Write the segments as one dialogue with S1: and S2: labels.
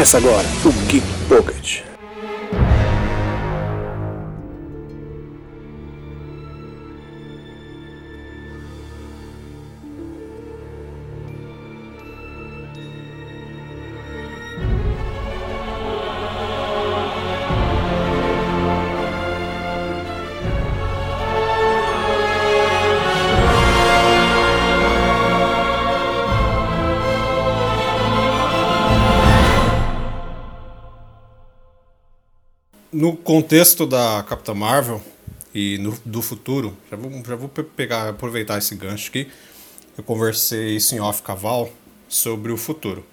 S1: Começa agora o Geek Pocket.
S2: No contexto da Capitã Marvel e do futuro, já vou aproveitar esse gancho aqui. Eu conversei isso em off Caval sobre o futuro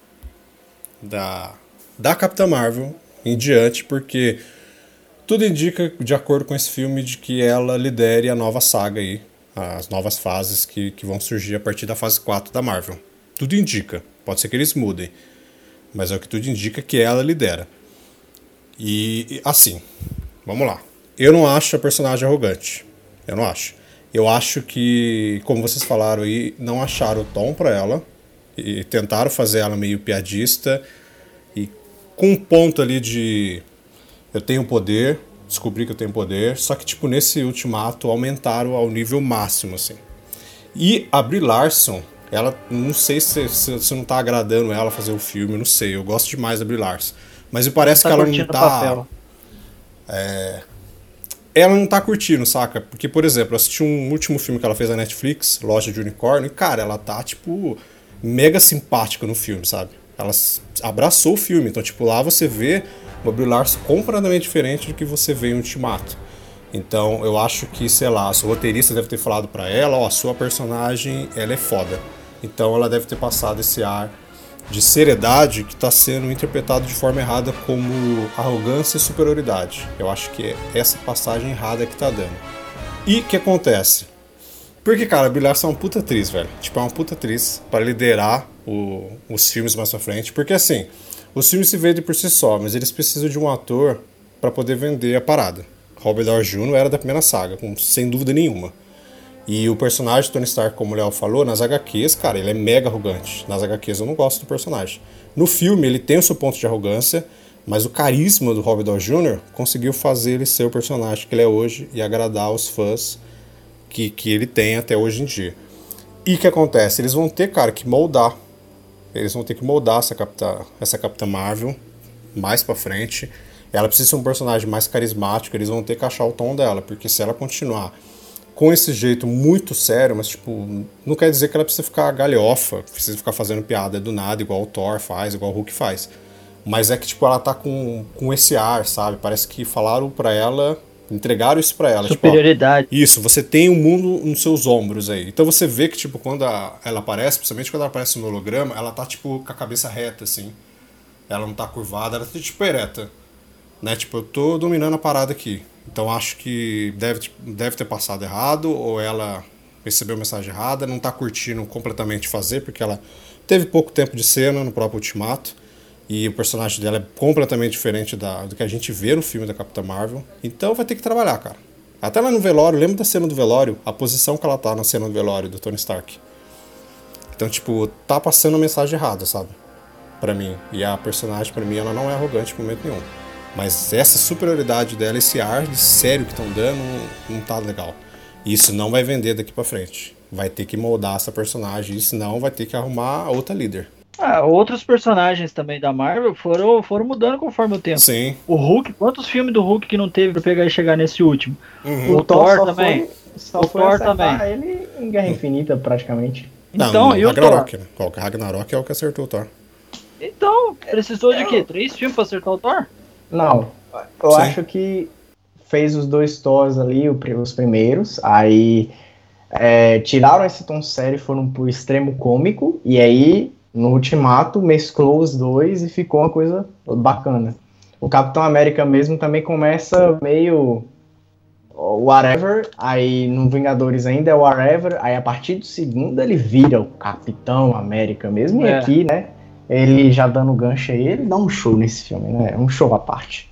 S2: da Capitã Marvel em diante, porque tudo indica, de acordo com esse filme, de que ela lidere a nova saga aí, as novas fases que vão surgir a partir da fase 4 da Marvel. Tudo indica, pode ser que eles mudem, mas é o que tudo indica que ela lidera. E assim, vamos lá. Eu não acho a personagem arrogante. Eu não acho. Eu acho que, como vocês falaram aí, não acharam o tom pra ela. E tentaram fazer ela meio piadista. E com um ponto ali de... Eu tenho poder, descobri que eu tenho poder. Só que, tipo, nesse ultimato, aumentaram ao nível máximo, assim. E a Brie Larson, ela... Não sei se não tá agradando ela fazer o filme, não sei. Eu gosto demais da Brie Larson. Mas me parece que ela não tá... Ela não tá curtindo, saca? Porque, por exemplo, eu assisti um último filme que ela fez na Netflix, Loja de Unicórnio, e, cara, ela tá, tipo, mega simpática no filme, sabe? Ela abraçou o filme. Então, tipo, lá você vê uma Brie Larson completamente diferente do que você vê em Ultimato. Então, eu acho que, sei lá, a sua roteirista deve ter falado pra ela, ó, a sua personagem, ela é foda. Então, ela deve ter passado esse ar de seriedade que está sendo interpretado de forma errada como arrogância e superioridade. Eu acho que é essa passagem errada que tá dando. E o que acontece? Porque, cara, a Brie Larson é uma puta atriz, velho. Tipo, é uma puta atriz para liderar os filmes mais pra frente. Porque, assim, os filmes se vendem por si só, mas eles precisam de um ator para poder vender a parada. Robert Downey Jr. era da primeira saga, sem dúvida nenhuma. E o personagem de Tony Stark, como o Léo falou, nas HQs, cara, ele é mega arrogante. Nas HQs eu não gosto do personagem. No filme ele tem o seu ponto de arrogância, mas o carisma do Robert Downey Jr. conseguiu fazer ele ser o personagem que ele é hoje e agradar os fãs que ele tem até hoje em dia. E o que acontece? Eles vão ter, cara, que moldar. Eles vão ter que moldar essa Capitã Marvel mais pra frente. Ela precisa ser um personagem mais carismático, eles vão ter que achar o tom dela, porque se ela continuar com esse jeito muito sério, mas tipo, não quer dizer que ela precisa ficar galhofa, precisa ficar fazendo piada do nada, igual o Thor faz, igual o Hulk faz. Mas é que tipo, ela tá com esse ar, sabe? Parece que falaram pra ela, entregaram isso pra ela.
S3: Superioridade.
S2: Tipo, ó, isso, você tem o mundo nos seus ombros aí. Então você vê que tipo, quando ela aparece, principalmente quando ela aparece no holograma, ela tá tipo com a cabeça reta, assim. Ela não tá curvada, ela tá tipo ereta. Né? Tipo, eu tô dominando a parada aqui. Então acho que deve ter passado errado, ou ela recebeu a mensagem errada, não tá curtindo completamente fazer, porque ela teve pouco tempo de cena no próprio Ultimato, e o personagem dela é completamente diferente do que a gente vê no filme da Capitã Marvel. Então vai ter que trabalhar, cara. Até lá no velório, lembra da cena do velório? A posição que ela tá na cena do velório do Tony Stark. Então, tipo, tá passando a mensagem errada, sabe? Pra mim. E a personagem, pra mim, ela não é arrogante em momento nenhum. Mas essa superioridade dela, esse ar de sério que estão dando, não tá legal. E isso não vai vender daqui pra frente. Vai ter que moldar essa personagem, e senão vai ter que arrumar outra líder.
S3: Outros personagens também da Marvel foram mudando conforme o tempo.
S2: Sim.
S3: O Hulk, quantos filmes do Hulk que não teve pra pegar e chegar nesse último?
S4: Uhum.
S3: O Thor também.
S4: O Thor também. Ele em Guerra Infinita, praticamente.
S2: Então, e o Ragnarok, né? O Ragnarok é o que acertou o Thor.
S3: Então, precisou de quê? 3 filmes pra acertar o Thor?
S4: Não, eu acho que fez os 2 Thors ali, os primeiros, aí tiraram esse tom sério e foram pro extremo cômico, e aí no Ultimato mesclou os dois e ficou uma coisa bacana. O Capitão América mesmo também começa meio whatever, aí no Vingadores ainda é whatever, aí a partir do segundo ele vira o Capitão América mesmo, e aqui, né, ele já dando gancho aí, ele dá um show nesse filme, né? É um show à parte.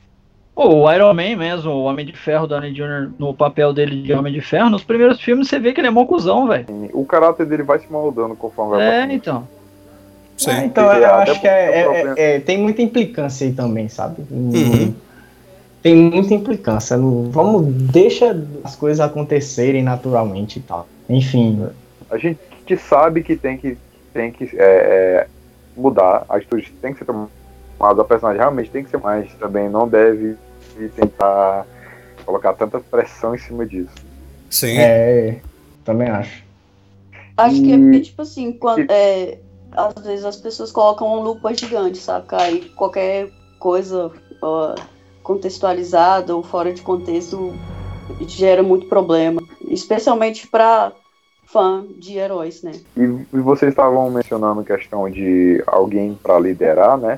S3: O Iron Man mesmo, o Homem de Ferro, Downey Jr., no papel dele de Homem de Ferro, nos primeiros filmes você vê que ele é mó cuzão, velho.
S5: O caráter dele vai se moldando conforme vai passando.
S3: Então.
S2: Sim.
S4: Então eu
S5: Até
S4: acho que tem muita implicância aí também, sabe?
S2: Uhum.
S4: Tem muita implicância. Deixa as coisas acontecerem naturalmente e tal. Enfim.
S5: A gente sabe que tem que mudar, a atitude tem que ser tomada, a personagem realmente tem que ser mais, também não deve tentar colocar tanta pressão em cima disso.
S2: Sim.
S4: Também acho.
S6: Acho que é porque, tipo assim, às vezes as pessoas colocam uma lupa gigante, sabe? Aí qualquer coisa contextualizada ou fora de contexto gera muito problema, especialmente para fã de heróis, né?
S5: E vocês estavam mencionando a questão de alguém para liderar, né?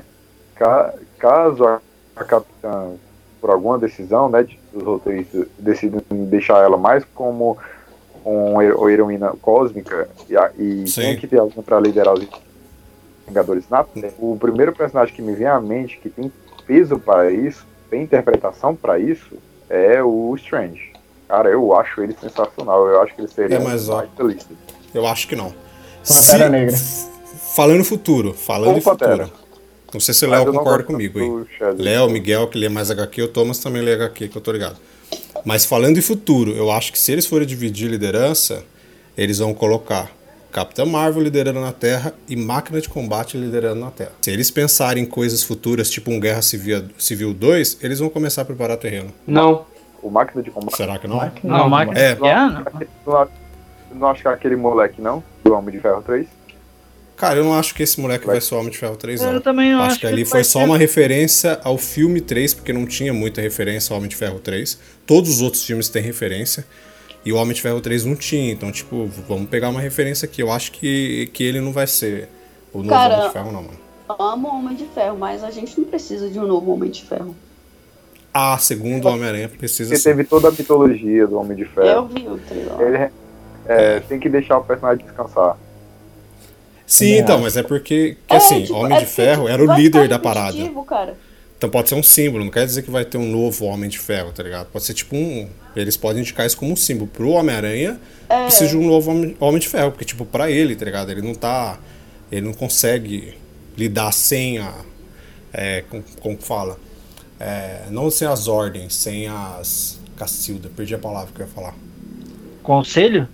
S5: Caso a capitã, por alguma decisão, né, dos roteiristas, decidem deixar ela mais como uma heroína cósmica e tem que ter alguém para liderar os Vingadores na Terra, o primeiro personagem que me vem à mente que tem peso para isso, tem interpretação para isso, é o Strange. Cara, eu acho ele sensacional. Eu acho que ele seria líder.
S2: Eu acho que não.
S4: Pantera Negra.
S2: Falando no futuro.
S5: Pantera.
S2: Não sei se o Léo concorda comigo aí. Léo, Miguel, que lê mais HQ, o Thomas também lê HQ, que eu tô ligado. Mas falando em futuro, eu acho que se eles forem dividir liderança, eles vão colocar Capitã Marvel liderando na Terra e Máquina de Combate liderando na Terra. Se eles pensarem em coisas futuras, tipo um Guerra Civil 2, eles vão começar a preparar terreno.
S3: Não.
S5: O Máquina de Combate.
S2: Será que não?
S3: Não, Máquina de
S5: Combate. Não acho que é aquele moleque, não? Do Homem de Ferro 3?
S2: Cara, eu não acho que esse moleque vai ser o Homem de Ferro 3, não.
S3: Eu também não
S2: acho que ali foi só uma referência ao filme 3, porque não tinha muita referência ao Homem de Ferro 3. Todos os outros filmes têm referência. E o Homem de Ferro 3 não tinha. Então, tipo, vamos pegar uma referência aqui. Eu acho que ele não vai ser o novo Homem de Ferro, não, mano.
S6: Amo o Homem de Ferro, mas a gente não precisa de um novo Homem de Ferro.
S2: Segundo o Homem-Aranha, precisa
S5: Porque teve toda a mitologia do Homem de Ferro.
S6: Eu vi o trailer.
S5: Tem que deixar o personagem descansar.
S2: Sim, então, mas é porque assim, Homem de Ferro era o líder da parada.
S6: Cara.
S2: Então pode ser um símbolo, não quer dizer que vai ter um novo Homem de Ferro, tá ligado? Pode ser tipo eles podem indicar isso como um símbolo. Pro Homem-Aranha, precisa de um novo Homem de Ferro, porque tipo, pra ele, tá ligado? Ele não consegue lidar sem como fala? Não sem as ordens, sem as... Cacilda, perdi a palavra que eu ia falar.
S3: Conselho?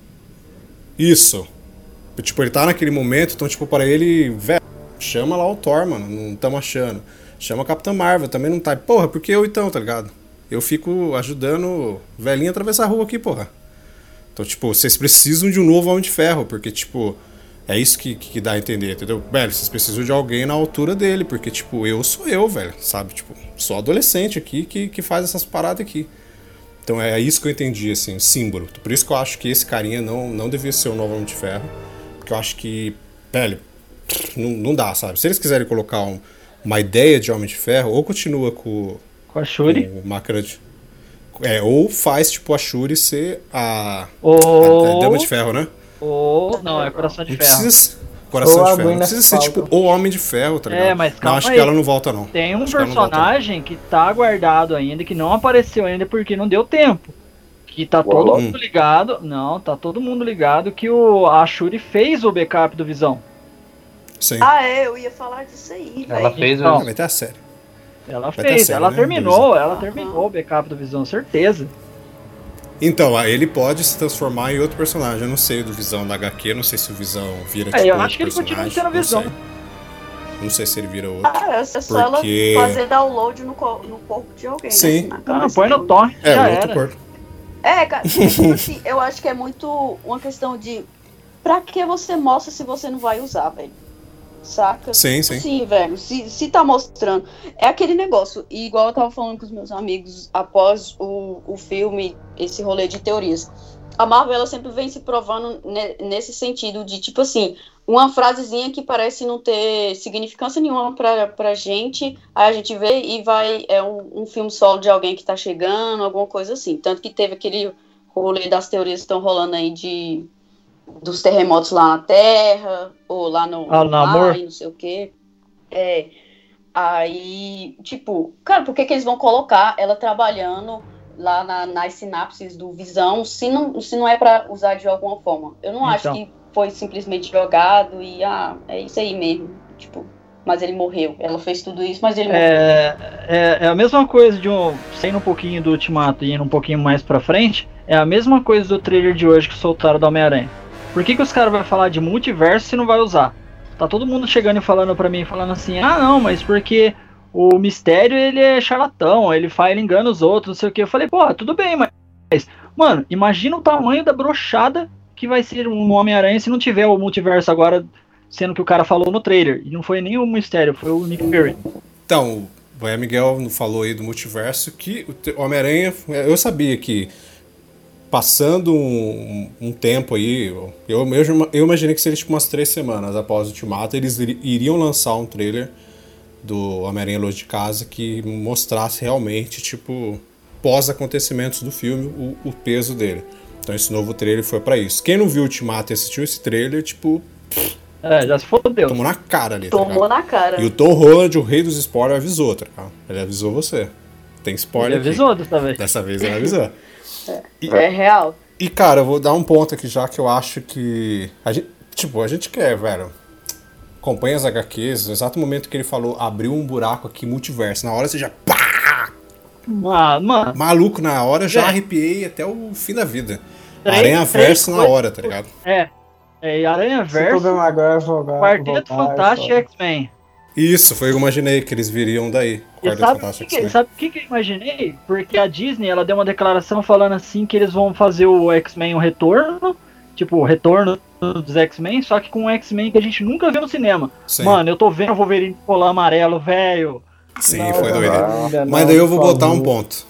S2: Isso. Tipo, ele tá naquele momento, então, tipo, para ele, velho, chama lá o Thor, mano, não tamo achando. Chama a Capitã Marvel, também não tá. Porra, por que eu então, tá ligado? Eu fico ajudando o velhinho a atravessar a rua aqui, porra. Então, tipo, vocês precisam de um novo Homem de Ferro, porque, tipo, é isso que dá a entender, entendeu? Velho, vocês precisam de alguém na altura dele, porque, tipo, eu sou eu, velho, sabe? Tipo, sou adolescente aqui que faz essas paradas aqui. Então é isso que eu entendi, assim, símbolo. Por isso que eu acho que esse carinha não devia ser o novo Homem de Ferro. Porque eu acho que, velho, não dá, sabe? Se eles quiserem colocar uma ideia de Homem de Ferro, ou continua com
S3: a Shuri.
S2: Com Máquina de... ou faz, tipo, a Shuri ser a Dama de Ferro, né?
S3: Não, é Coração de Ferro.
S2: Coração de Ferro. Não precisa ser, tipo, o Homem de Ferro, tá ligado?
S3: Mas calma,
S2: não, acho que ela não volta, não.
S3: Tem um personagem que tá guardado ainda, que não apareceu ainda porque não deu tempo. Que tá todo mundo ligado. Não, tá todo mundo ligado que a Shuri fez o backup do Visão.
S2: Sim.
S6: Eu ia falar disso aí, velho.
S3: Ela fez
S2: o... Vai ter a série.
S3: Ela fez, ela terminou o backup do Visão, certeza.
S2: Então, ele pode se transformar em outro personagem. Eu não sei do Visão da HQ, não sei se o Visão vira
S3: tipo eu acho que ele continua sendo Visão.
S2: Não sei se ele vira outro.
S6: É só ela fazer download no corpo de alguém.
S2: Sim.
S6: Né?
S3: Põe no torrent, já era.
S2: Corpo.
S6: Cara, tipo assim, eu acho que é muito uma questão de pra que você mostra se você não vai usar, velho? Saca?
S2: Sim.
S6: Sim, velho. Se tá mostrando. É aquele negócio. E igual eu tava falando com os meus amigos após o filme, esse rolê de teorias. A Marvel, ela sempre vem se provando nesse sentido de, tipo assim, uma frasezinha que parece não ter significância nenhuma pra gente, aí a gente vê e vai, um filme solo de alguém que tá chegando, alguma coisa assim. Tanto que teve aquele rolê das teorias que estão rolando aí dos terremotos lá na Terra, ou lá no mar, e não sei o quê. Aí, tipo, cara, por que eles vão colocar ela trabalhando lá nas sinapses do Visão, se não é pra usar de alguma forma? Eu não acho que foi simplesmente jogado e, é isso aí mesmo. Tipo, mas ele morreu. Ela fez tudo isso, mas ele morreu.
S3: É a mesma coisa de saindo um pouquinho do Ultimato e indo um pouquinho mais pra frente. É a mesma coisa do trailer de hoje que soltaram do Homem-Aranha. Por que os caras vão falar de multiverso se não vai usar? Tá todo mundo chegando e falando pra mim, falando assim, não, mas porque o Mistério, ele é charlatão, ele engana os outros, não sei o que. Eu falei, porra, tudo bem, mas... Mano, imagina o tamanho da brochada que vai ser um Homem-Aranha se não tiver o multiverso agora, sendo que o cara falou no trailer. E não foi nem o Mistério, foi o Nick Fury.
S2: Então, o Miguel falou aí do multiverso, que o Homem-Aranha, eu sabia que passando um tempo aí, eu imaginei que seria tipo umas 3 semanas após o Ultimato, eles iriam lançar um trailer do Homem-Aranha Longe de Casa que mostrasse realmente, tipo, pós-acontecimentos do filme, o peso dele. Então esse novo trailer foi pra isso. Quem não viu o Ultimato e assistiu esse trailer, tipo...
S3: já se fodeu.
S2: Tomou na cara ali,
S6: Tomou na cara.
S2: E o Tom Holland, o rei dos spoilers, avisou, tá ligado? Ele avisou você. Tem spoiler
S3: Ele avisou
S2: aqui.
S3: dessa vez.
S2: Dessa vez ele avisou.
S6: É real.
S2: E, cara, eu vou dar um ponto aqui já que eu acho que... A gente quer, velho. Acompanha as HQs, no exato momento que ele falou, abriu um buraco aqui, multiverso. Na hora você já... Pá!
S3: Mano.
S2: Maluco, na hora já arrepiei até o fim da vida.
S3: Três
S2: Verso na hora, tá ligado?
S3: Aranha Verso, Quarteto Fantástico e X-Men.
S2: Isso, foi o que eu imaginei, que eles viriam daí.
S3: Sabe o que eu imaginei? Porque a Disney, ela deu uma declaração falando assim que eles vão fazer o X-Men um retorno, tipo, o retorno dos X-Men, só que com um X-Men que a gente nunca viu no cinema.
S2: Sim.
S3: Mano, eu tô vendo o Wolverine colar amarelo, velho.
S2: Sim, foi doido. Mas daí eu vou botar um ponto.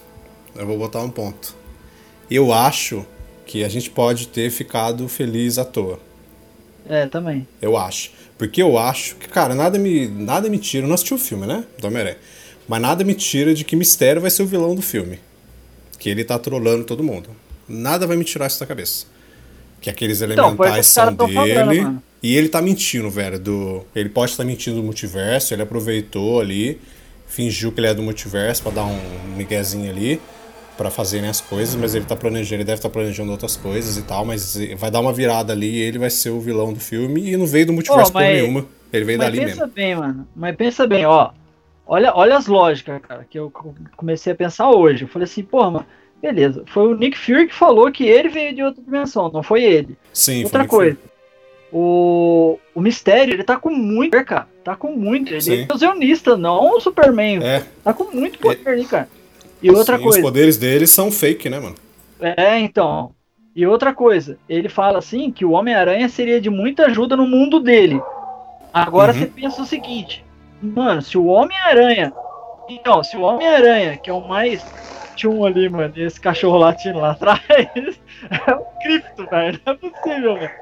S2: Eu acho que a gente pode ter ficado feliz à toa.
S3: Também.
S2: Eu acho. Porque eu acho que, cara, nada me tira. Eu não assisti o filme, né? Do Homem-Aranha. Mas nada me tira de que Mistério vai ser o vilão do filme. Que ele tá trolando todo mundo. Nada vai me tirar isso da cabeça. Que aqueles elementais são dele. Falando, e ele tá mentindo, velho. Ele pode estar mentindo do multiverso. Ele aproveitou ali. Fingiu que ele é do multiverso pra dar um miguezinho ali. Pra fazerem as coisas, mas ele deve estar planejando outras coisas e tal, mas vai dar uma virada ali e ele vai ser o vilão do filme e não veio do multiverso por nenhuma, ele veio dali mesmo.
S3: Mas pensa bem, ó, olha as lógicas, cara, que eu comecei a pensar hoje, eu falei assim, mano, beleza, foi o Nick Fury que falou que ele veio de outra dimensão, não foi ele.
S2: Sim,
S3: outra coisa, o Mistério, ele tá com muito, cara, ele é ilusionista, não o Superman, tá com muito poder ali, cara. E outra coisa.
S2: Os poderes dele são fake, né, mano?
S3: Então. E outra coisa, ele fala assim que o Homem-Aranha seria de muita ajuda no mundo dele. Agora você pensa o seguinte, mano, se o Homem-Aranha, que é o mais tchum ali, mano, esse cachorro latindo lá atrás, é o Crypto, velho, não é possível, velho.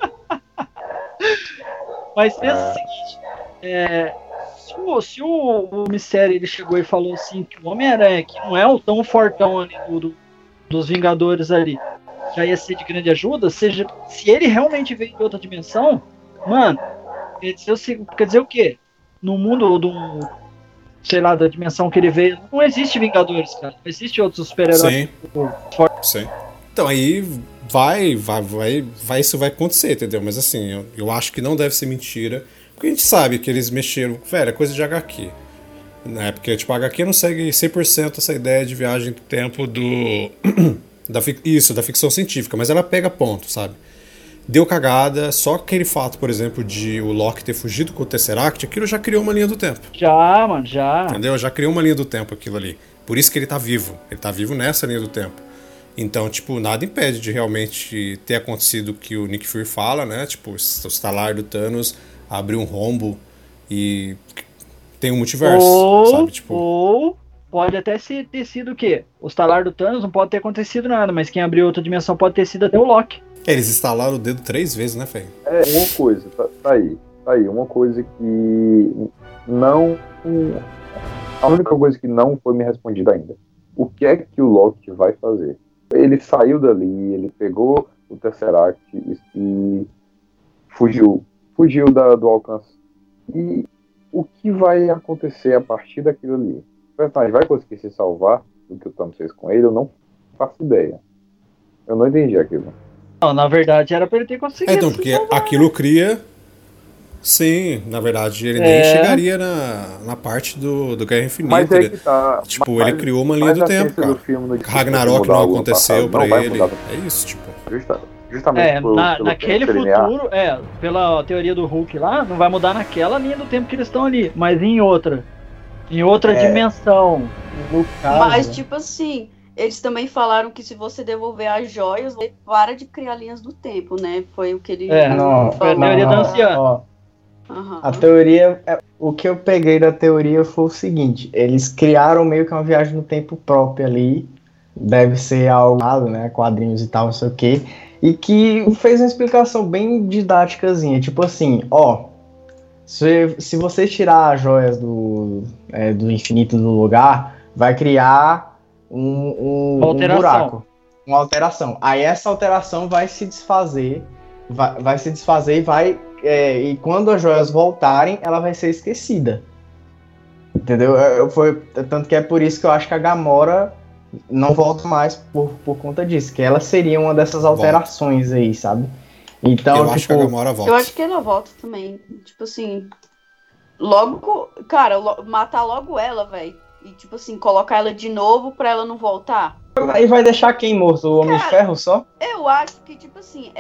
S3: Mas pensa o seguinte, se o Mistério ele chegou e falou assim que o Homem-Aranha, que não é o tão fortão ali dos Vingadores ali, já ia ser de grande ajuda, se ele realmente veio de outra dimensão, mano, quer dizer o quê? No mundo da dimensão que ele veio, não existe Vingadores, cara, não existe outros super-heróis.
S2: Sim. Então aí isso vai acontecer, entendeu? Mas assim, eu acho que não deve ser mentira. Porque a gente sabe que eles mexeram... Velho, é coisa de HQ. Né? Porque, tipo, a HQ não segue 100% essa ideia de viagem do tempo da ficção científica. Mas ela pega ponto, sabe? Deu cagada. Só aquele fato, por exemplo, de o Loki ter fugido com o Tesseract, aquilo já criou uma linha do tempo.
S3: Já, mano, já.
S2: Entendeu? Já criou uma linha do tempo aquilo ali. Por isso que ele tá vivo. Ele tá vivo nessa linha do tempo. Então, tipo, nada impede de realmente ter acontecido o que o Nick Fury fala, né? Tipo, o estalar do Thanos... abrir um rombo e tem um multiverso, sabe? Tipo...
S3: Ou pode até ter sido o quê? O estalar do Thanos não pode ter acontecido nada, mas quem abriu outra dimensão pode ter sido até o Loki.
S2: Eles estalaram o dedo 3 vezes, né, Fê?
S5: Uma coisa, tá aí, uma coisa que não... A única coisa que não foi me respondida ainda. O que é que o Loki vai fazer? Ele saiu dali, ele pegou o Tesseract e fugiu do alcance. E o que vai acontecer a partir daquilo ali? Ele vai conseguir se salvar do que o Thanos fez com ele? Eu não faço ideia. Eu não entendi aquilo.
S3: Não, na verdade era pra ele ter conseguido.
S2: Então, porque aquilo cria Sim, na verdade ele nem chegaria na parte do Guerra Infinita.
S5: Mas é que tá.
S2: Tipo,
S5: mas,
S2: ele criou uma linha do tempo, cara. Ragnarok não aconteceu pra ele. É isso, tipo.
S5: Justamente
S3: naquele futuro, pela teoria do Hulk lá, não vai mudar naquela linha do tempo que eles estão ali, mas em outra dimensão.
S4: No caso,
S6: mas, tipo assim, eles também falaram que se você devolver as joias, você para de criar linhas do tempo, né? Foi o que ele
S3: falou. Foi a teoria da anciã.
S4: A teoria, o que eu peguei da teoria foi o seguinte: eles criaram meio que uma viagem no tempo própria ali, deve ser algo, né, quadrinhos e tal, não sei o que, e que fez uma explicação bem didáticazinha, tipo assim, se você tirar as joias do infinito do lugar, vai criar um buraco, uma alteração. Aí essa alteração vai se desfazer, e quando as joias voltarem, ela vai ser esquecida. Entendeu? Tanto que é por isso que eu acho que a Gamora não volta mais por conta disso, que ela seria uma dessas alterações aí, sabe? Então,
S2: eu acho que a Gamora volta.
S6: Eu acho que ela volta também. Tipo assim, matar logo ela, velho. E tipo assim, colocar ela de novo pra ela não voltar.
S4: Aí vai deixar quem morto? O Homem de Ferro só?
S6: Eu acho que, tipo assim,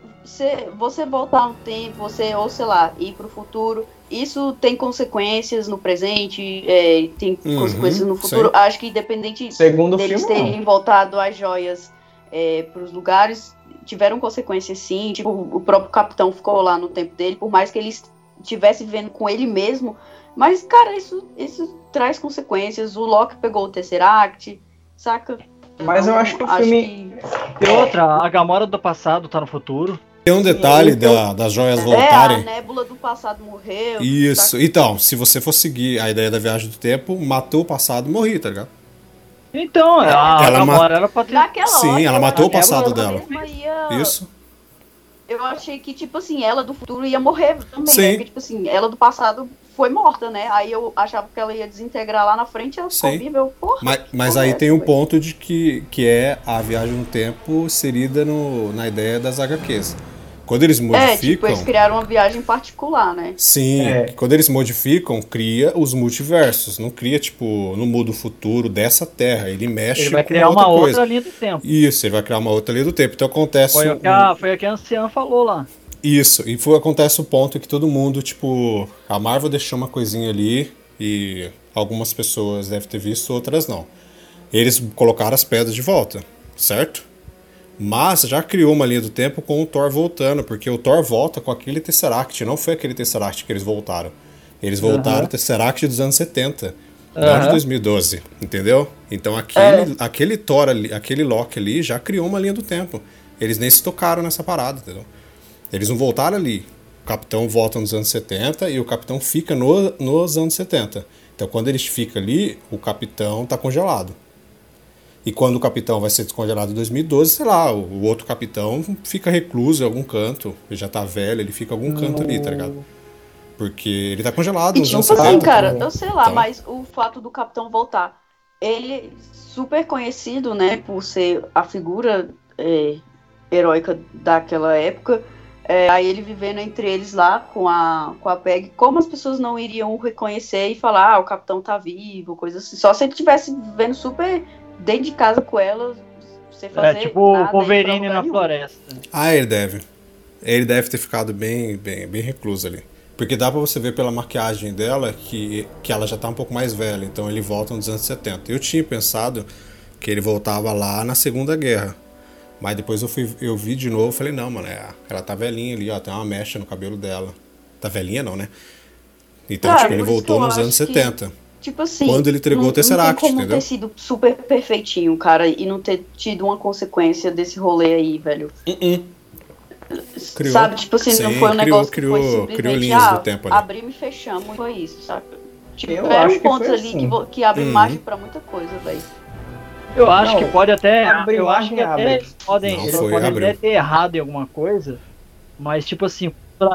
S6: você voltar no tempo, ou sei lá, ir pro futuro, isso tem consequências no presente, tem consequências no futuro.
S2: Sim.
S6: Acho que independente deles terem voltado as joias pros lugares, tiveram consequências sim. Tipo, o próprio Capitão ficou lá no tempo dele, por mais que ele estivesse vivendo com ele mesmo. Mas, cara, isso traz consequências. O Loki pegou o Tesseract, saca?
S4: Mas eu acho que o filme...
S3: E outra, a Gamora do passado tá no futuro.
S2: Tem um detalhe das joias voltarem.
S6: A Nébula do passado morreu.
S2: Isso.
S6: Saca?
S2: Então, se você for seguir a ideia da viagem do tempo, matou o passado e morri, tá ligado?
S3: Então, a Gamora era pra ter...
S2: Sim, ela matou o passado dela. Isso.
S6: Eu achei que, tipo assim, ela do futuro ia morrer também.
S2: Sim.
S6: Né? Porque, tipo assim, ela do passado foi morta, né? Aí eu achava que ela ia desintegrar lá na frente, ela ficou viva.
S2: Mas aí tem um ponto de que é a viagem no tempo inserida na ideia das HQs. Quando eles modificam...
S6: tipo, eles criaram uma viagem particular, né?
S2: Sim, quando eles modificam, cria os multiversos. Não cria, tipo, não muda o futuro dessa Terra. Ele mexe
S3: ele vai
S2: com
S3: criar uma
S2: outra
S3: linha do tempo.
S2: Isso, ele vai criar uma outra linha do tempo. Então acontece...
S3: Foi o que a anciã falou lá.
S2: Isso, e acontece o ponto que todo mundo, tipo... A Marvel deixou uma coisinha ali e algumas pessoas devem ter visto, outras não. Eles colocaram as pedras de volta, certo? Mas já criou uma linha do tempo com o Thor voltando, porque o Thor volta com aquele Tesseract, não foi aquele Tesseract que eles voltaram. Eles voltaram o Tesseract dos anos 70, não de 2012, entendeu? Então aquele Thor ali, aquele Loki ali já criou uma linha do tempo. Eles nem se tocaram nessa parada, entendeu? Eles não voltaram ali. O Capitão volta nos anos 70 e o Capitão fica nos anos 70. Então quando eles ficam ali, o Capitão tá congelado. E quando o Capitão vai ser descongelado em 2012, sei lá, o outro Capitão fica recluso em algum canto. Ele já tá velho, ele fica em algum canto ali, tá ligado? Porque ele tá congelado nos anos 70.
S6: Assim, cara, eu sei lá, mas o fato do Capitão voltar, ele super conhecido, né, por ser a figura heróica daquela época, aí ele vivendo entre eles lá com a Peggy, como as pessoas não iriam o reconhecer e falar, o Capitão tá vivo, coisa assim. Só se ele estivesse vivendo super dentro de casa com ela, sem fazer
S3: tipo o Wolverine na floresta.
S2: Ele deve. Ele deve ter ficado bem recluso ali. Porque dá pra você ver pela maquiagem dela que ela já tá um pouco mais velha. Então ele volta nos anos 70. Eu tinha pensado que ele voltava lá na Segunda Guerra. Mas depois eu vi de novo e falei, não, mano, ela tá velhinha ali, ó, tem uma mecha no cabelo dela. Tá velhinha não, né? Então,
S6: cara,
S2: ele voltou nos anos 70.
S6: Tipo assim,
S2: quando ele entregou o Tesseract,
S6: não tem como
S2: entendeu?
S6: ter sido super perfeitinho, cara, e não ter tido uma consequência desse rolê aí, velho.
S2: Criou.
S6: Sabe, tipo assim, não foi um negócio que foi simplesmente
S2: criou linhas do tempo ali.
S6: Abrimos e fechamos, foi isso, sabe? Tipo,
S4: Eu
S6: eram
S4: acho que
S6: pontos
S4: foi
S6: ali
S4: assim.
S6: que abrem margem pra muita coisa, velho.
S3: Eu acho que pode até.
S4: abre
S3: Eu acho que
S4: margem,
S3: até
S4: abre.
S3: podem
S2: abriu.
S3: até ter errado em alguma coisa, mas tipo assim.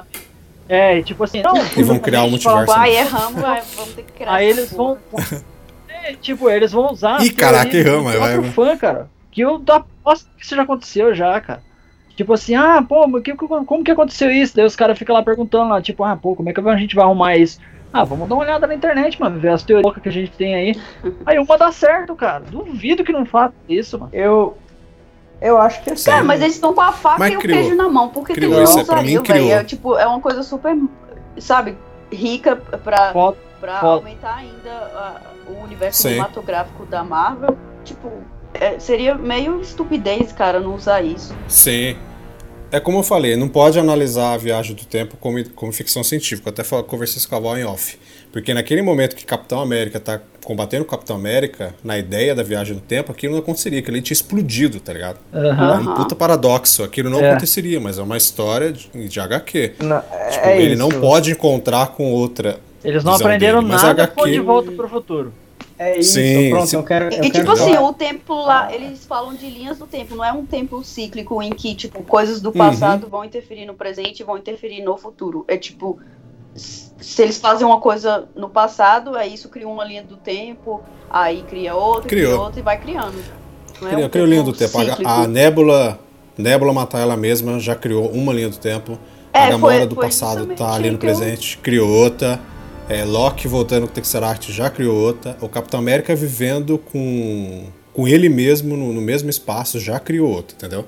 S3: Tipo assim, não.
S2: E vão criar um multiverso.
S6: Vai, erramos, vamos ter que criar.
S3: Aí
S6: essa
S3: eles
S6: porra.
S3: vão. Eles vão usar.
S2: Ih, caraca, erramos, vai.
S3: Fã, cara. Que eu aposto que isso já aconteceu já, cara. Tipo assim, pô, mas como que aconteceu isso? Daí os caras ficam lá perguntando lá, tipo, pô, como é que a gente vai arrumar isso? Vamos dar uma olhada na internet, mano, ver as teorias que a gente tem aí. Aí uma dá certo, cara. Duvido que não faça isso, mano.
S4: Eu acho que é assim.
S6: Cara, mas eles estão com a faca e o queijo na mão, porque tem
S2: isso
S6: usaria, velho. É uma coisa super, sabe, rica pra aumentar ainda o universo cinematográfico da Marvel. Tipo, seria meio estupidez, cara, não usar isso.
S2: Sim. É como eu falei, não pode analisar a viagem do tempo como ficção científica. Eu até conversei isso com a Val em off. Porque naquele momento que Capitão América tá combatendo o Capitão América, na ideia da viagem do tempo, aquilo não aconteceria, que ele tinha explodido, tá ligado? É um puta paradoxo. Aquilo não aconteceria, mas é uma história de HQ. Ele não pode encontrar com outra.
S3: Eles não aprenderam nada de Volta pro Futuro.
S4: É isso, pronto, eu quero
S6: assim, o tempo lá, eles falam de linhas do tempo, não é um tempo cíclico em que, tipo, coisas do passado vão interferir no presente e vão interferir no futuro. É tipo, se eles fazem uma coisa no passado, aí isso cria uma linha do tempo, aí cria outra e vai criando.
S2: Criou linha do tempo. A Nebula matar ela mesma já criou uma linha do tempo. A Gamora do passado tá ali no presente, criou outra. Loki voltando com o Tesseract já criou outra. O Capitão América vivendo com ele mesmo no mesmo espaço já criou outra, entendeu?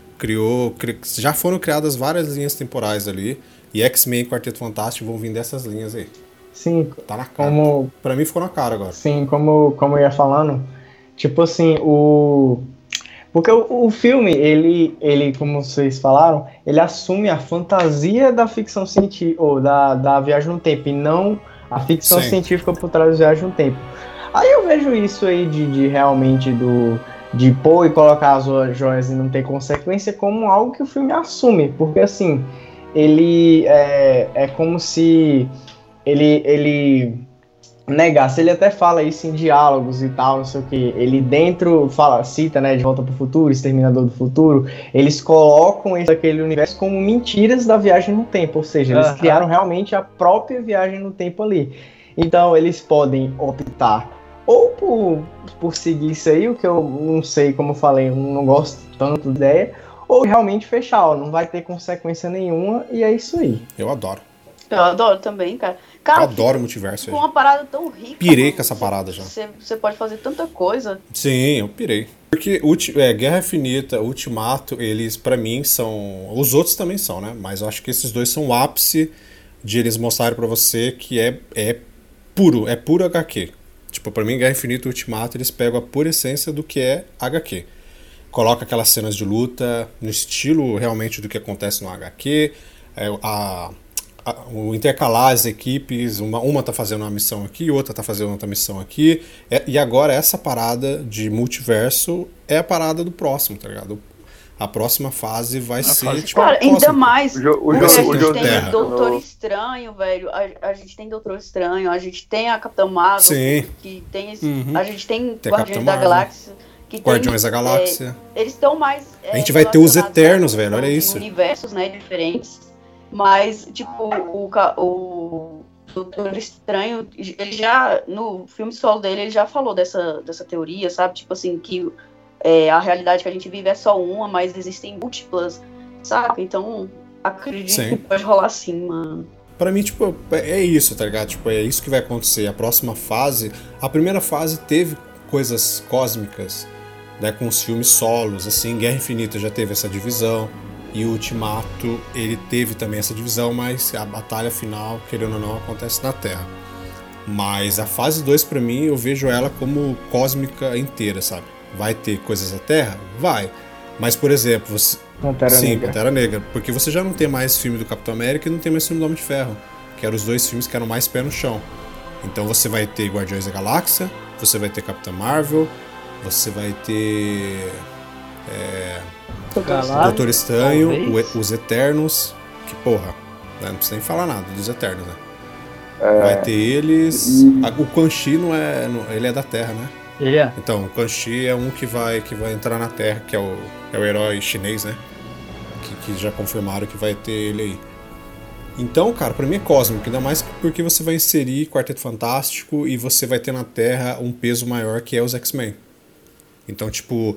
S2: Já foram criadas várias linhas temporais ali. E X-Men e Quarteto Fantástico vão vir dessas linhas aí.
S4: Sim.
S2: Tá na cara. Pra mim ficou na cara agora.
S4: Sim, como eu ia falando, tipo assim, porque o filme, ele, como vocês falaram, ele assume a fantasia da ficção científica, ou da viagem no tempo, e não a ficção científica por trás da viagem no tempo. Aí eu vejo isso aí de realmente de pôr e colocar as joias e não ter consequência como algo que o filme assume, porque assim, ele é como se ele negasse, ele até fala isso em diálogos e tal, não sei o que, ele dentro cita, né, De Volta pro Futuro, Exterminador do Futuro, eles colocam aquele universo como mentiras da viagem no tempo, ou seja, eles criaram realmente a própria viagem no tempo ali. Então eles podem optar ou por seguir isso aí, o que eu não sei, como eu falei, eu não gosto tanto da ideia, ou realmente fechar, não vai ter consequência nenhuma, e é isso aí.
S2: Eu adoro.
S6: Eu adoro também, cara.
S2: Eu adoro o multiverso.
S6: Com uma parada tão rica.
S2: Pirei com essa parada já.
S6: Você pode fazer tanta coisa.
S2: Sim, eu pirei. Porque Guerra Infinita, Ultimato, eles pra mim são... Os outros também são, né? Mas eu acho que esses dois são o ápice de eles mostrarem pra você que é puro HQ. Tipo, pra mim, Guerra Infinita e Ultimato, eles pegam a pura essência do que é HQ. Coloca aquelas cenas de luta no estilo realmente do que acontece no HQ. O intercalar as equipes, uma tá fazendo uma missão aqui, outra tá fazendo outra missão aqui, e agora essa parada de multiverso é a parada do próximo, tá ligado? A próxima fase vai ser tipo,
S6: cara, ainda mais
S5: a
S6: gente tem Doutor Estranho, velho, a gente tem Doutor Estranho, a gente tem a Capitã Marvel,
S2: sim,
S6: que tem a gente tem Guardiões da Galáxia,
S2: Guardiões da Galáxia,
S6: eles estão mais
S2: a gente vai ter os Eternos, velho, olha isso,
S6: universos, né, diferentes. Mas, tipo, o Doutor Estranho, ele já, no filme solo dele, ele já falou dessa teoria, sabe? Tipo assim, que a realidade que a gente vive é só uma, mas existem múltiplas, sabe? Então, acredito que pode rolar sim, mano.
S2: Pra mim, tipo, é isso, tá ligado? Tipo, é isso que vai acontecer. A próxima fase, a primeira fase teve coisas cósmicas, né? Com os filmes solos, assim, Guerra Infinita já teve essa divisão. E o Ultimato, ele teve também essa divisão, mas a batalha final, querendo ou não, acontece na Terra. Mas a fase 2, pra mim, eu vejo ela como cósmica inteira, sabe? Vai ter coisas da Terra? Vai. Mas, por exemplo, Pantera Negra. Porque você já não tem mais filme do Capitão América e não tem mais filme do Homem de Ferro. Que eram os dois filmes que eram mais pé no chão. Então você vai ter Guardiões da Galáxia, você vai ter Capitã Marvel, você vai ter... Doutor Estranho, os Eternos, que porra, né? Não precisa nem falar nada dos Eternos, né? Vai ter eles. O Quan Chi ele é da Terra, né? Então, o Quan Chi é um que vai entrar na Terra, que é o herói chinês, né? Que já confirmaram que vai ter ele aí. Então, cara, pra mim é cósmico, ainda mais porque você vai inserir Quarteto Fantástico e você vai ter na Terra um peso maior que é os X-Men. Então, tipo,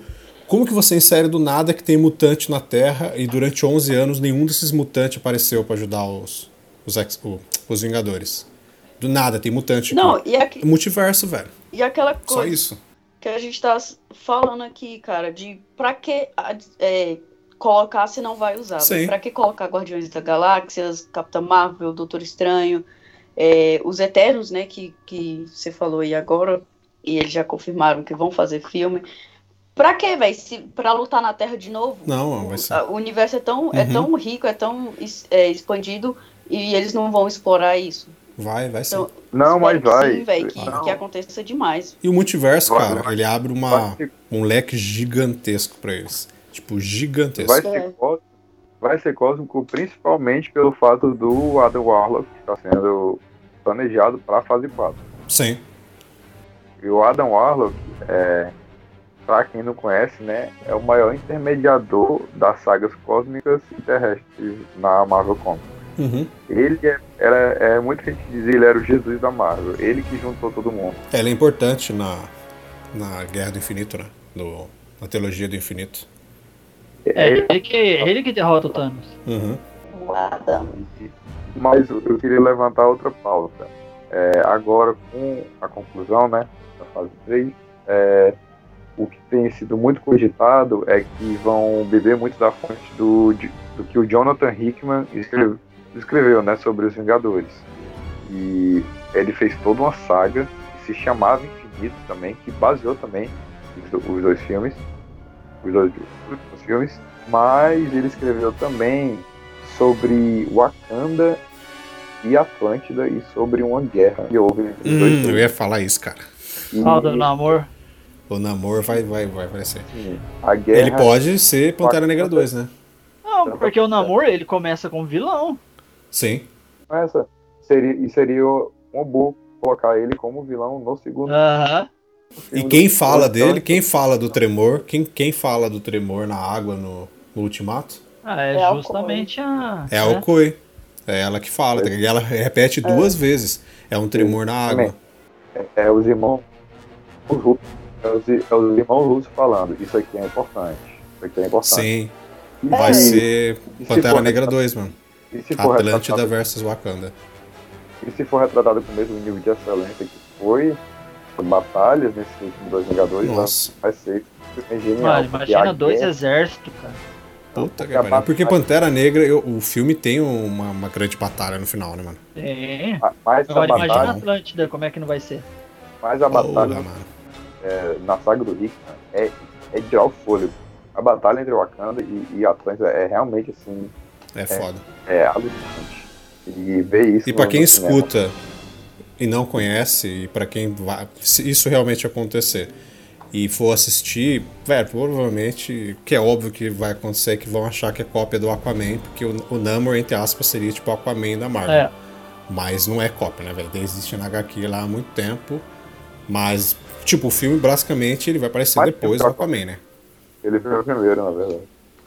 S2: Como que você insere do nada que tem mutante na Terra e durante 11 anos nenhum desses mutantes apareceu pra ajudar os Vingadores? Do nada, tem mutante
S6: Não,
S2: aqui.
S6: e
S2: Multiverso, velho.
S6: e aquela
S2: Só
S6: coisa
S2: isso.
S6: que a gente tá falando aqui, cara, de pra que colocar se não vai usar?
S2: Sim.
S6: Pra que colocar Guardiões da Galáxia, Capitã Marvel, Doutor Estranho, os Eternos, né, que você falou aí agora, e eles já confirmaram que vão fazer filme. Pra quê, velho? Pra lutar na Terra de novo?
S2: Não, vai ser.
S6: O universo é tão rico, é tão expandido, e eles não vão explorar isso.
S2: Vai sim.
S6: Então,
S5: Não, mas
S6: espero que
S5: vai.
S6: sim, velho,
S5: Não.
S6: que aconteça demais.
S2: E o multiverso,
S5: Vai,
S2: cara, ele abre um leque gigantesco pra eles. Tipo, gigantesco.
S5: Vai ser cósmico principalmente pelo fato do Adam Warlock que está sendo planejado para a fase 4.
S2: Sim.
S5: E o Adam Warlock, para quem não conhece, né, é o maior intermediador das sagas cósmicas e terrestres na Marvel Comics.
S2: Uhum.
S5: Ele muita gente dizia ele era o Jesus da Marvel, ele que juntou todo mundo.
S2: Ele é importante na Guerra do Infinito, né? Na Trilogia do Infinito.
S3: Ele que derrota o Thanos.
S2: Uhum.
S6: O Adam.
S5: Mas eu queria levantar outra pauta. Agora, com a conclusão, né, da fase 3, o que tem sido muito cogitado é que vão beber muito da fonte do que o Jonathan Hickman escreveu, né, sobre os Vingadores. E ele fez toda uma saga que se chamava Infinito também, que baseou também os dois filmes, mas ele escreveu também sobre Wakanda e Atlântida e sobre uma guerra que houve entre os dois.
S2: Eu ia falar isso, cara.
S3: Do Namor.
S2: O Namor vai aparecer.
S5: A guerra,
S2: Ele pode ser Pantera Negra 2, né?
S3: Não, porque o Namor, ele começa como vilão.
S2: Sim.
S5: seria uma boa colocar ele como vilão no segundo.
S3: Aham.
S2: E quem fala dele, quem fala do tremor, quem fala do tremor na água no Ultimato?
S3: É justamente a...
S2: É a Okoye. É ela que fala, e ela repete 2 vezes. É um tremor na água.
S5: É os irmãos russos. É os irmãos russos falando. Isso aqui é importante.
S2: Sim. Vai ser Pantera Negra 2, mano.
S5: E se for
S2: Atlântida versus Wakanda.
S5: E se for retratado com o mesmo nível de excelência que foi batalhas nesses últimos 2 Vingadores,
S2: nossa,
S5: vai ser genial.
S3: Mano, imagina 2 exércitos, cara.
S2: Puta que pariu. Porque Pantera Negra, o filme tem uma grande batalha no final, né, mano?
S3: É.
S5: Mas
S3: Agora imagina a Atlântida, como é que não vai ser?
S5: Mas a batalha na saga do Rick é de tirar o fôlego. A batalha entre Wakanda e Atlântida é realmente assim.
S2: É foda.
S5: É alucinante. E ver isso.
S2: E pra quem escuta e não conhece, e pra quem vai. Se isso realmente acontecer e for assistir, velho, provavelmente, que é óbvio que vai acontecer, que vão achar que é cópia do Aquaman, porque o Namor, entre aspas, seria tipo o Aquaman da Marvel. Mas não é cópia, né, velho? Existe na HQ lá há muito tempo. Mas, tipo, o filme, basicamente, ele vai aparecer depois do Aquaman, né?
S5: Ele foi o primeiro, na verdade.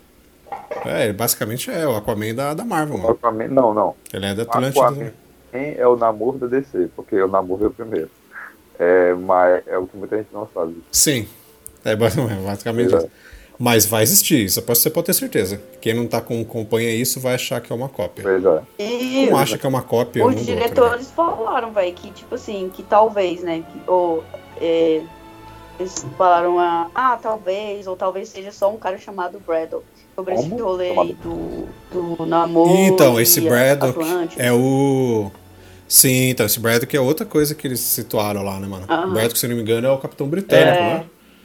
S2: Ele basicamente é o Aquaman da Marvel, mano.
S5: Aquaman, não.
S2: Ele é da Atlântida.
S5: Quem é o Namor da DC? Porque o Namor veio primeiro. Mas é o que muita gente não sabe.
S2: Sim. Basicamente isso. Mas vai existir, isso você pode ter certeza. Quem não acompanha isso vai achar que é uma cópia.
S5: Pois é.
S6: E
S2: não acha que é uma cópia.
S6: os diretores falaram, velho, que tipo assim, que talvez, né? Eles falaram talvez, ou talvez seja só um cara chamado Braddock. Sobre esse rolê aí do Namor.
S2: Então, esse Braddock
S6: Atlântida.
S2: é o. Sim, então, esse Braddock é outra coisa que eles situaram lá, né, mano? O Braddock, se não me engano, é o Capitão Britânico, né?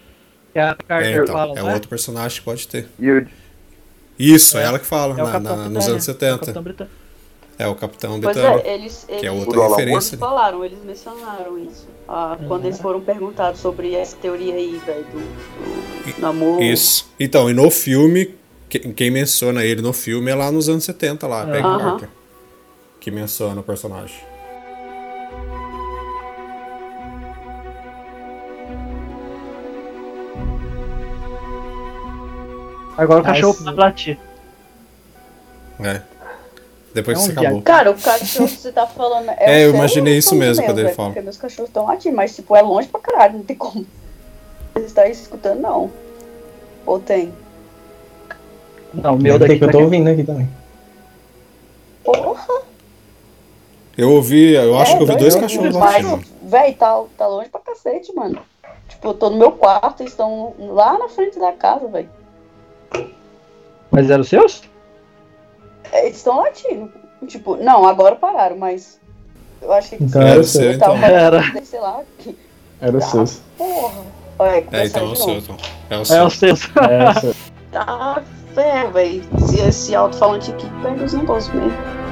S2: É outro personagem que pode ter. Isso, é ela que fala, nos anos 70. É o Capitão Britânico. Que é outra referência.
S6: Eles mencionaram isso. Quando eles foram perguntados sobre essa teoria aí, velho, do Namor.
S2: Isso. Então, e no filme, quem menciona ele no filme é lá nos anos 70, lá, Peggy Parker. Que menciona o personagem.
S3: Agora o cachorro pode latir.
S2: Depois que você acabou.
S6: Cara, o cachorro que você tá falando
S2: eu imaginei isso mesmo quando ele fala.
S6: Porque meus cachorros estão latindo, mas tipo, é longe pra caralho, não tem como. Vocês estarem escutando, não. Ou tem?
S3: Não, o meu
S4: Deve ter
S3: daqui
S4: que eu
S3: tá
S4: tô
S3: aqui.
S4: ouvindo aqui também.
S6: Porra!
S2: Eu acho que eu ouvi dois cachorros latindo.
S6: Véi, tá longe pra cacete, mano. Tipo, eu tô no meu quarto e estão lá na frente da casa, velho.
S3: Mas eram os seus?
S6: Eles estão latindo. Tipo, não, agora pararam, mas eu acho que
S4: Então
S2: Era
S4: era
S2: o
S4: o
S2: seu,
S4: seu.
S6: eu tava
S3: Era.
S6: sei lá, que
S4: Era o
S6: tá,
S4: seu.
S6: porra. Olha,
S2: É, então é
S6: começar
S2: o
S6: de
S2: seu,
S6: novo.
S2: então. É o
S3: É
S2: seu.
S3: os seus.
S4: Era o seu.
S6: Tá, velho. Se esse alto-falante aqui pega os negócios mesmo.